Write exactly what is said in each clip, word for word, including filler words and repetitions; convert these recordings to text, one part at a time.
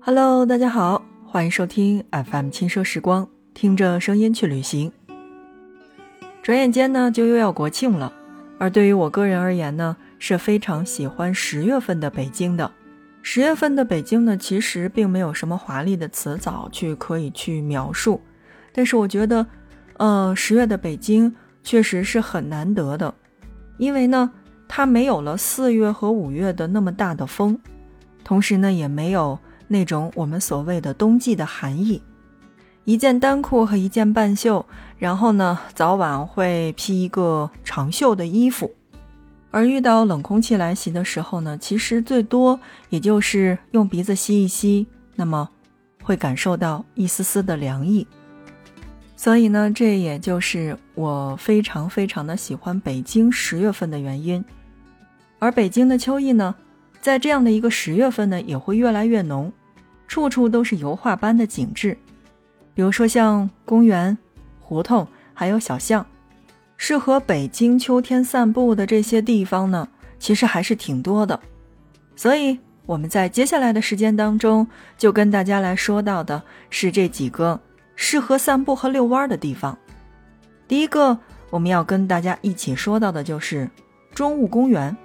Hello， 大家好，欢迎收听 F M 轻奢时光，听着声音去旅行。转眼间呢，就又要国庆了，而对于我个人而言呢，是非常喜欢十月份的北京的。十月份的北京呢，其实并没有什么华丽的词藻去可以去描述，但是我觉得，呃，十月的北京确实是很难得的，因为呢，它没有了四月和五月的那么大的风，同时呢，也没有那种我们所谓的冬季的寒意。一件单裤和一件半袖，然后呢，早晚会披一个长袖的衣服。而遇到冷空气来袭的时候呢，其实最多也就是用鼻子吸一吸，那么会感受到一丝丝的凉意。所以呢，这也就是我非常非常的喜欢北京十月份的原因。而北京的秋意呢，在这样的一个十月份呢，也会越来越浓，处处都是油画般的景致。比如说像公园、胡同还有小巷，适合北京秋天散步的这些地方呢，其实还是挺多的。所以我们在接下来的时间当中，就跟大家来说到的是这几个适合散步和遛弯的地方。第一个我们要跟大家一起说到的就是中务公园。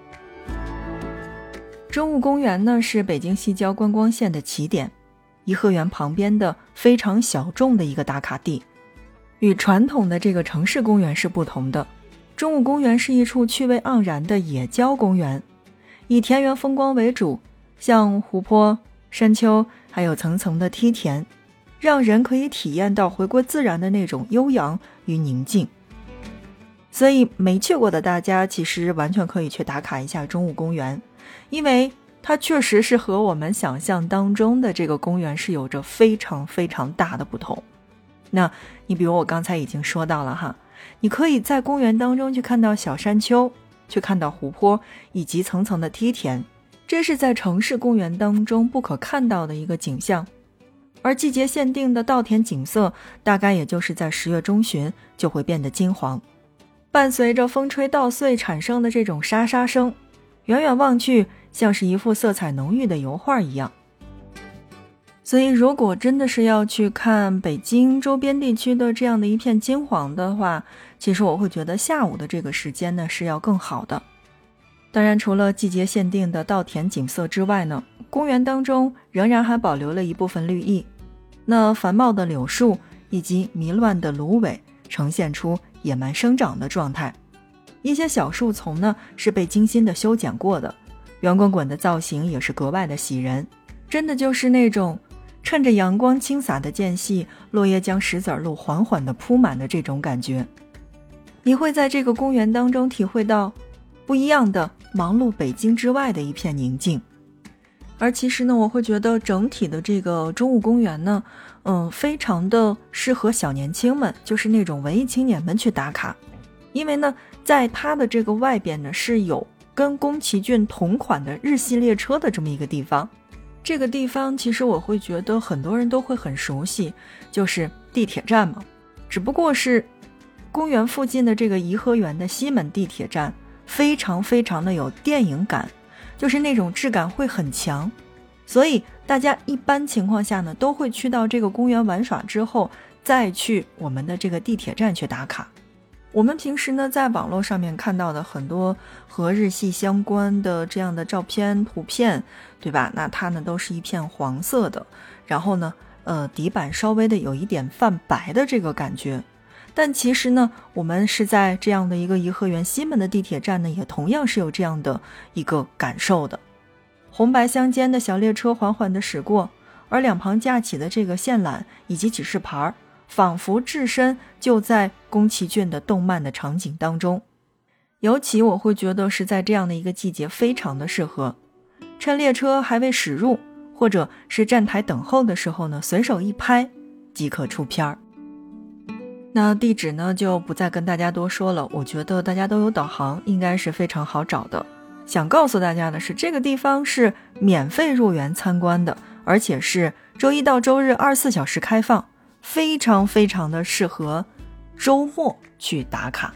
中务公园呢，是北京西郊观光线的起点，颐和园旁边的非常小众的一个打卡地。与传统的这个城市公园是不同的，中务公园是一处趣味盎然的野郊公园，以田园风光为主，像湖泊、山丘还有层层的梯田，让人可以体验到回归自然的那种悠扬与宁静。所以没去过的大家其实完全可以去打卡一下中务公园，因为它确实是和我们想象当中的这个公园是有着非常非常大的不同。那你比如我刚才已经说到了哈，你可以在公园当中去看到小山丘，去看到湖泊以及层层的梯田，这是在城市公园当中不可看到的一个景象。而季节限定的稻田景色大概也就是在十月中旬就会变得金黄，伴随着风吹稻穗产生的这种沙沙声，远远望去像是一幅色彩浓郁的油画一样。所以如果真的是要去看北京周边地区的这样的一片金黄的话，其实我会觉得下午的这个时间呢是要更好的。当然除了季节限定的稻田景色之外呢，公园当中仍然还保留了一部分绿意，那繁茂的柳树以及迷乱的芦苇呈现出野蛮生长的状态。一些小树丛呢是被精心的修剪过的，圆滚滚的造型也是格外的喜人，真的就是那种趁着阳光倾洒的间隙，落叶将石子路缓缓地铺满的这种感觉。你会在这个公园当中体会到不一样的忙碌北京之外的一片宁静。而其实呢，我会觉得整体的这个中务公园呢，嗯，非常的适合小年轻们，就是那种文艺青年们去打卡。因为呢，在它的这个外边呢，是有跟宫崎骏同款的日系列车的这么一个地方。这个地方其实我会觉得很多人都会很熟悉，就是地铁站嘛，只不过是公园附近的这个颐和园的西门地铁站非常非常的有电影感，就是那种质感会很强，所以大家一般情况下呢都会去到这个公园玩耍之后，再去我们的这个地铁站去打卡。我们平时呢在网络上面看到的很多和日系相关的这样的照片图片，对吧？那它呢都是一片黄色的，然后呢呃底板稍微的有一点泛白的这个感觉。但其实呢我们是在这样的一个颐和园西门的地铁站呢，也同样是有这样的一个感受的。红白相间的小列车缓缓地驶过，而两旁架起的这个线缆以及指示牌，仿佛置身就在宫崎骏的动漫的场景当中。尤其我会觉得是在这样的一个季节非常的适合，趁列车还未驶入或者是站台等候的时候呢，随手一拍即可出片儿。那地址呢就不再跟大家多说了，我觉得大家都有导航，应该是非常好找的。想告诉大家的是，这个地方是免费入园参观的，而且是周一到周日二十四小时开放，非常非常的适合周末去打卡。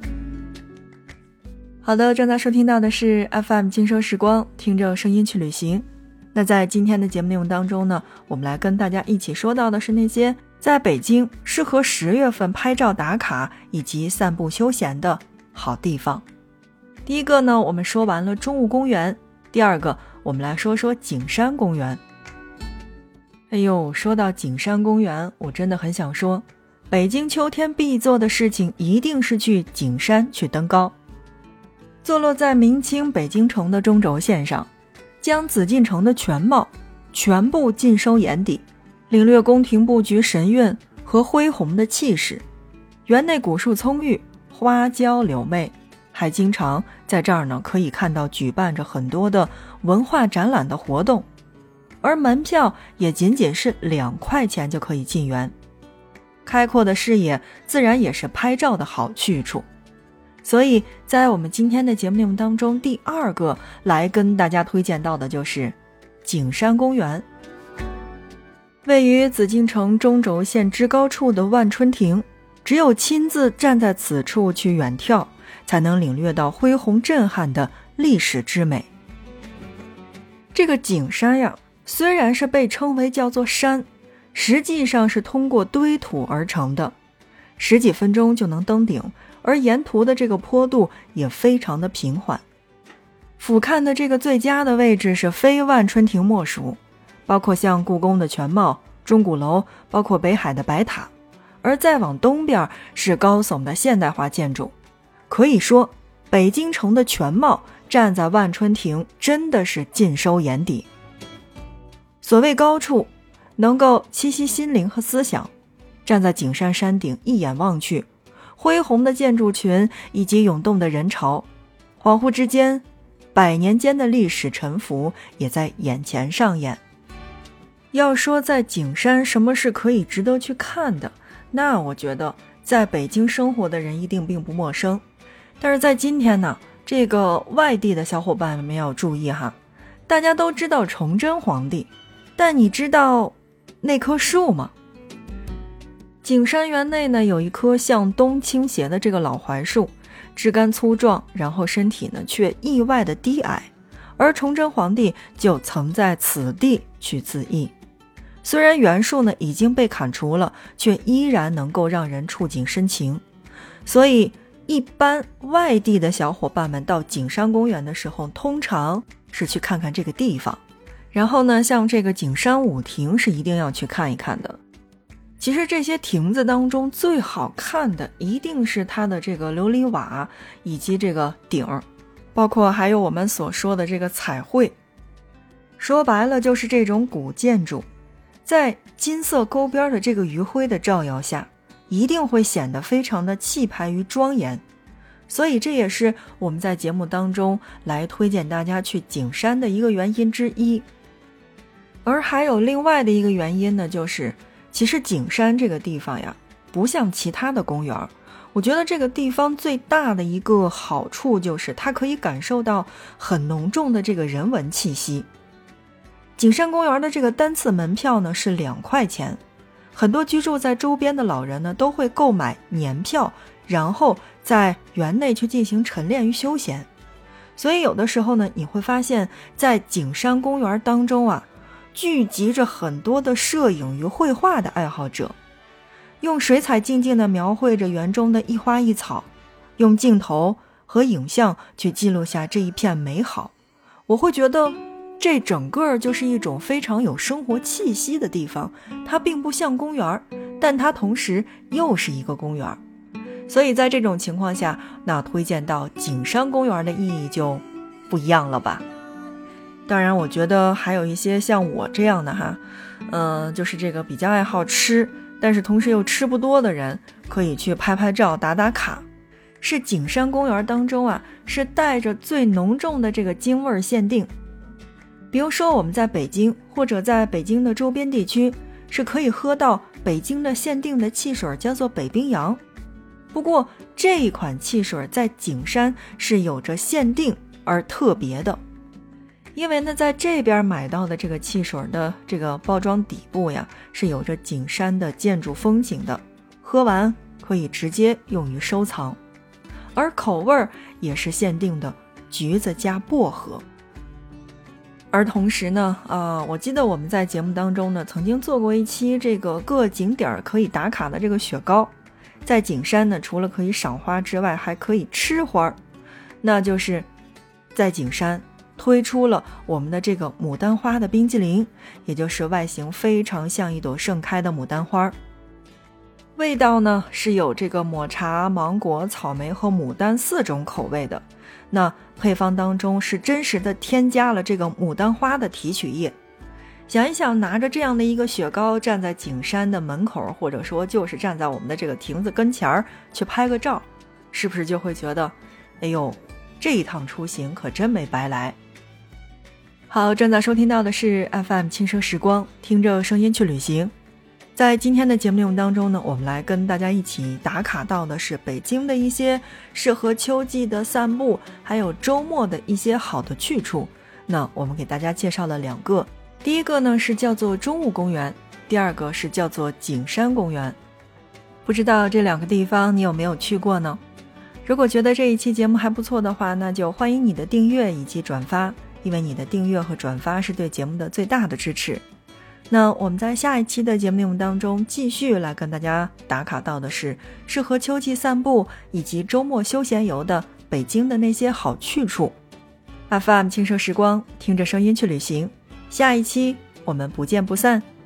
好的，正在收听到的是 F M 轻奢时光，听着声音去旅行。 那在今天的节目内容当中呢，我们来跟大家一起说到的是那些在北京适合十月份拍照打卡以及散步休闲的好地方。第一个呢，我们说完了中务公园，第二个我们来说说景山公园。哎呦，说到景山公园，我真的很想说，北京秋天必做的事情一定是去景山去登高。坐落在明清北京城的中轴线上，将紫禁城的全貌全部尽收眼底，领略宫廷布局神韵和恢宏的气势。园内古树葱郁，花娇柳媚，还经常在这儿呢可以看到举办着很多的文化展览的活动，而门票也仅仅是两块钱就可以进园。开阔的视野自然也是拍照的好去处。所以在我们今天的节目内容当中，第二个来跟大家推荐到的就是景山公园。位于紫禁城中轴线之高处的万春亭，只有亲自站在此处去远眺，才能领略到恢宏震撼的历史之美。这个景山呀，虽然是被称为叫做山，实际上是通过堆土而成的，十几分钟就能登顶，而沿途的这个坡度也非常的平缓。俯瞰的这个最佳的位置是非万春亭莫属，包括像故宫的全貌、钟鼓楼，包括北海的白塔，而再往东边是高耸的现代化建筑。可以说北京城的全貌站在万春亭真的是尽收眼底。所谓高处，能够栖息心灵和思想。站在景山山顶一眼望去，恢宏的建筑群以及涌动的人潮，恍惚之间，百年间的历史沉浮也在眼前上演。要说在景山什么是可以值得去看的，那我觉得在北京生活的人一定并不陌生。但是在今天呢，这个外地的小伙伴们要注意哈，大家都知道崇祯皇帝，但你知道那棵树吗？景山园内呢，有一棵向东倾斜的这个老槐树，枝干粗壮，然后身体呢却意外的低矮，而崇祯皇帝就曾在此地去自缢。虽然原树呢已经被砍除了，却依然能够让人触景生情。所以一般外地的小伙伴们到景山公园的时候，通常是去看看这个地方，然后呢像这个景山舞亭是一定要去看一看的。其实这些亭子当中最好看的一定是它的这个琉璃瓦以及这个顶，包括还有我们所说的这个彩绘。说白了就是这种古建筑在金色沟边的这个余晖的照耀下，一定会显得非常的气派与庄严。所以这也是我们在节目当中来推荐大家去景山的一个原因之一。而还有另外的一个原因呢，就是其实景山这个地方呀，不像其他的公园，我觉得这个地方最大的一个好处就是它可以感受到很浓重的这个人文气息。景山公园的这个单次门票呢是两块钱，很多居住在周边的老人呢都会购买年票，然后在园内去进行晨练与休闲。所以有的时候呢，你会发现在景山公园当中啊，聚集着很多的摄影与绘画的爱好者，用水彩静静地描绘着园中的一花一草，用镜头和影像去记录下这一片美好。我会觉得这整个就是一种非常有生活气息的地方，它并不像公园，但它同时又是一个公园。所以在这种情况下，那推荐到景山公园的意义就不一样了吧。当然我觉得还有一些像我这样的哈，呃，就是这个比较爱好吃，但是同时又吃不多的人，可以去拍拍照打打卡。是景山公园当中啊，是带着最浓重的这个京味限定。比如说我们在北京或者在北京的周边地区，是可以喝到北京的限定的汽水，叫做北冰洋。不过这一款汽水在景山是有着限定而特别的。因为呢，在这边买到的这个汽水的这个包装底部呀，是有着景山的建筑风景的，喝完可以直接用于收藏，而口味也是限定的橘子加薄荷。 而同时呢，呃，我记得我们在节目当中呢，曾经做过一期这个各景点可以打卡的这个雪糕。在景山呢，除了可以赏花之外，还可以吃花，那就是在景山推出了我们的这个牡丹花的冰激凌，也就是外形非常像一朵盛开的牡丹花。味道呢是有这个抹茶、芒果、草莓和牡丹四种口味的。那配方当中是真实的添加了这个牡丹花的提取液。想一想，拿着这样的一个雪糕站在景山的门口，或者说就是站在我们的这个亭子跟前儿去拍个照，是不是就会觉得，哎呦，这一趟出行可真没白来。好，正在收听到的是 F M 轻声时光，听着声音去旅行。在今天的节目内容当中呢，我们来跟大家一起打卡到的是北京的一些适合秋季的散步，还有周末的一些好的去处。那我们给大家介绍了两个，第一个呢是叫做中务公园，第二个是叫做景山公园。不知道这两个地方你有没有去过呢？如果觉得这一期节目还不错的话，那就欢迎你的订阅以及转发，因为你的订阅和转发是对节目的最大的支持。那我们在下一期的节目内容当中继续来跟大家打卡到的是适合秋季散步以及周末休闲游的北京的那些好去处。 F M 轻声时光，听着声音去旅行，下一期我们不见不散。